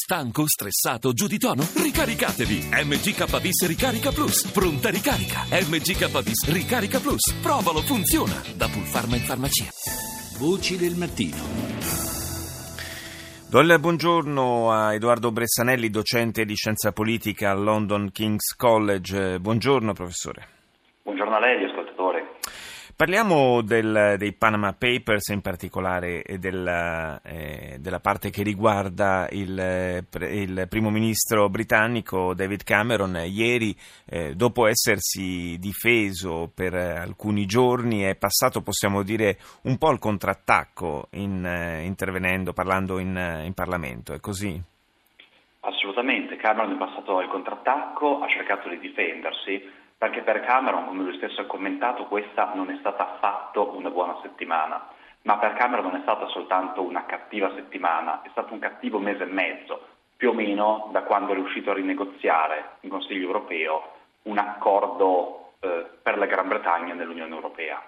Stanco, stressato, giù di tono? Ricaricatevi! MGKBIS Ricarica Plus. Pronta ricarica. MGKBIS Ricarica Plus. Provalo, funziona. Da Pulpharma in farmacia. Voci del mattino. Do il buongiorno a Edoardo Bressanelli, docente di scienza politica al London King's College. Buongiorno, professore. Buongiorno a lei, ascoltatori. Parliamo dei Panama Papers, in particolare della parte che riguarda il primo ministro britannico David Cameron. Ieri, dopo essersi difeso per alcuni giorni, è passato, possiamo dire, un po' al contrattacco, intervenendo, parlando in Parlamento. È così? Assolutamente, Cameron è passato al contrattacco, ha cercato di difendersi, perché per Cameron, come lui stesso ha commentato, questa non è stata affatto una buona settimana, ma per Cameron non è stata soltanto una cattiva settimana, è stato un cattivo mese e mezzo, più o meno da quando è riuscito a rinegoziare in Consiglio europeo un accordo per la Gran Bretagna nell'Unione Europea.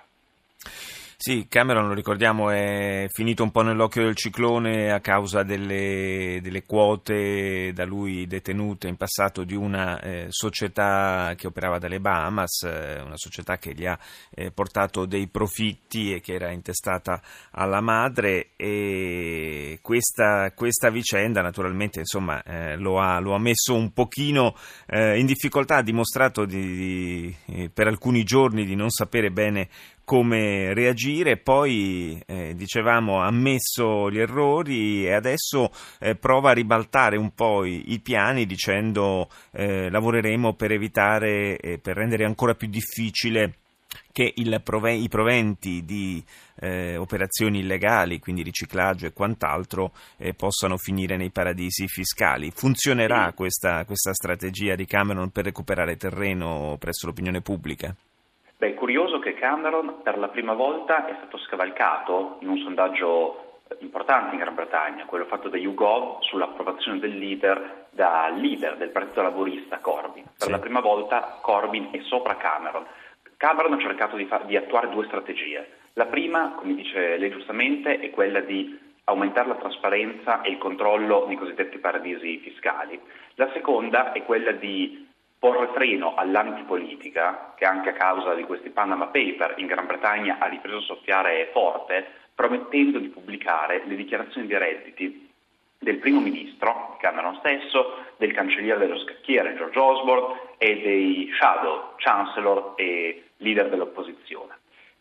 Sì, Cameron, lo ricordiamo, è finito un po' nell'occhio del ciclone a causa delle quote da lui detenute in passato di una società che operava dalle Bahamas, una società che gli ha portato dei profitti e che era intestata alla madre, e questa vicenda naturalmente, insomma, lo ha messo un pochino in difficoltà, ha dimostrato per alcuni giorni di non sapere bene come reagire. Poi dicevamo, ha ammesso gli errori e adesso prova a ribaltare un po' i piani, dicendo lavoreremo per evitare, per rendere ancora più difficile che i proventi di operazioni illegali, quindi riciclaggio e quant'altro, possano finire nei paradisi fiscali. Funzionerà questa strategia di Cameron per recuperare terreno presso l'opinione pubblica? Beh, è curioso che Cameron per la prima volta è stato scavalcato in un sondaggio importante in Gran Bretagna, quello fatto da YouGov sull'approvazione del leader del Partito Laburista, Corbyn. Per la prima volta Corbyn è sopra Cameron. Cameron ha cercato di attuare due strategie. La prima, come dice lei giustamente, è quella di aumentare la trasparenza e il controllo nei cosiddetti paradisi fiscali. La seconda è quella di porre freno all'antipolitica, che anche a causa di questi Panama Paper in Gran Bretagna ha ripreso a soffiare forte, promettendo di pubblicare le dichiarazioni di redditi del primo ministro, Cameron stesso, del cancelliere dello scacchiere, George Osborne, e dei shadow chancellor e leader dell'opposizione.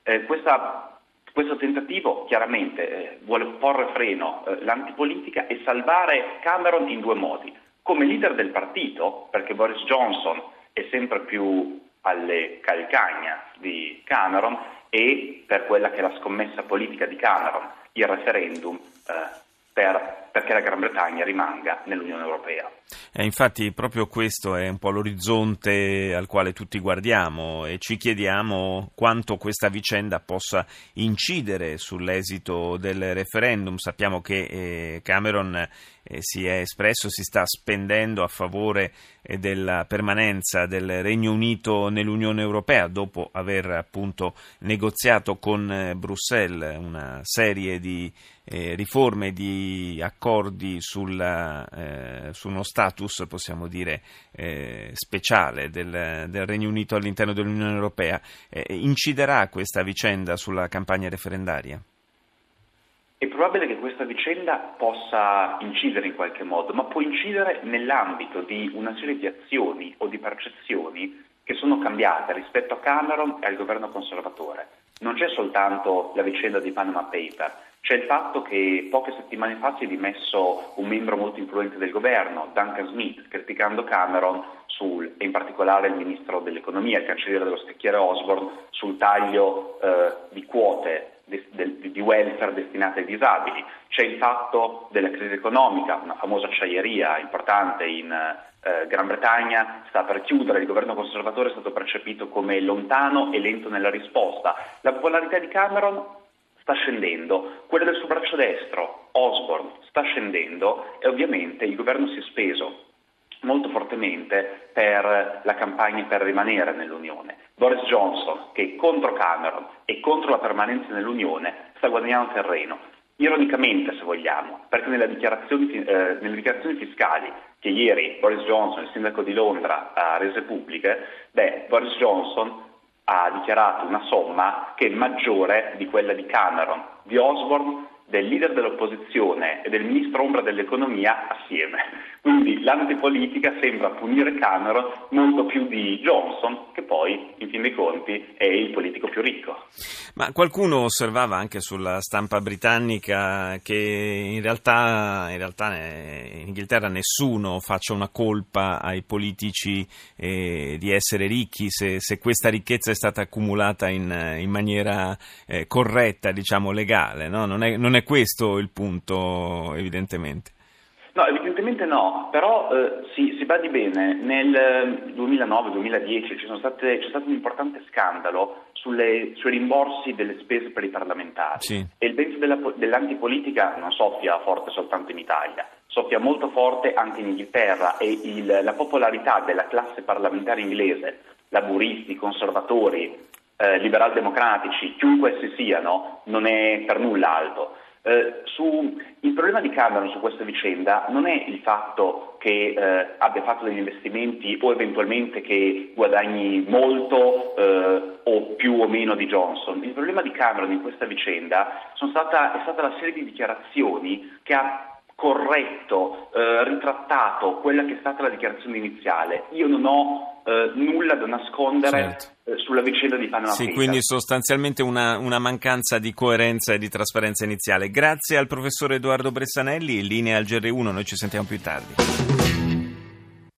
Questo tentativo chiaramente vuole porre freno all'antipolitica e salvare Cameron in due modi: come leader del partito, perché Boris Johnson è sempre più alle calcagna di Cameron, e per quella che è la scommessa politica di Cameron, il referendum perché la Gran Bretagna rimanga nell'Unione Europea. Infatti proprio questo è un po' l'orizzonte al quale tutti guardiamo e ci chiediamo quanto questa vicenda possa incidere sull'esito del referendum. Sappiamo che Cameron si è espresso, si sta spendendo a favore della permanenza del Regno Unito nell'Unione Europea, dopo aver appunto negoziato con Bruxelles una serie di riforme, di accordi su uno status, possiamo dire, speciale del Regno Unito all'interno dell'Unione Europea. Inciderà questa vicenda sulla campagna referendaria? È probabile che questa vicenda possa incidere in qualche modo, ma può incidere nell'ambito di una serie di azioni o di percezioni che sono cambiate rispetto a Cameron e al governo conservatore. Non c'è soltanto la vicenda dei Panama Paper, c'è il fatto che poche settimane fa si è dimesso un membro molto influente del governo, Duncan Smith, criticando Cameron e in particolare il ministro dell'economia, il cancelliere dello scacchiere Osborne, sul taglio di quote di welfare destinate ai disabili. C'è il fatto della crisi economica, una famosa acciaieria importante in Gran Bretagna sta per chiudere, il governo conservatore è stato percepito come lontano e lento nella risposta. La popolarità di Cameron sta scendendo, quella del suo braccio destro, Osborne, sta scendendo, e ovviamente il governo si è speso molto fortemente per la campagna per rimanere nell'Unione. Boris Johnson, che è contro Cameron e contro la permanenza nell'Unione, sta guadagnando terreno. ironicamente se vogliamo, perché nelle dichiarazioni fiscali che ieri Boris Johnson, il sindaco di Londra, ha rese pubbliche, Boris Johnson ha dichiarato una somma che è maggiore di quella di Cameron, di Osborne, del leader dell'opposizione e del ministro ombra dell'economia assieme. Quindi l'antipolitica sembra punire Cameron molto più di Johnson, che poi, in fin dei conti, è il politico più ricco. Ma qualcuno osservava anche sulla stampa britannica che in realtà in Inghilterra nessuno faccia una colpa ai politici di essere ricchi se questa ricchezza è stata accumulata in maniera corretta, diciamo legale, no? Non è questo il punto, evidentemente. No, evidentemente no, però si badi bene, nel 2009-2010 c'è stato un importante scandalo sui rimborsi delle spese per i parlamentari. Sì. E il vento dell'antipolitica non soffia forte soltanto in Italia, soffia molto forte anche in Inghilterra, e la popolarità della classe parlamentare inglese, laburisti, conservatori, liberal-democratici, chiunque essi siano, non è per nulla alto. Il problema di Cameron su questa vicenda non è il fatto che abbia fatto degli investimenti o eventualmente che guadagni molto o più o meno di Johnson. Il problema di Cameron in questa vicenda è stata la serie di dichiarazioni che ha corretto, ritrattato quella che è stata la dichiarazione iniziale. Io non ho nulla da nascondere, certo, sulla vicenda di Panama Papers. Sì, quindi sostanzialmente una mancanza di coerenza e di trasparenza iniziale. Grazie al professor Edoardo Bressanelli, in linea al GR1, noi ci sentiamo più tardi.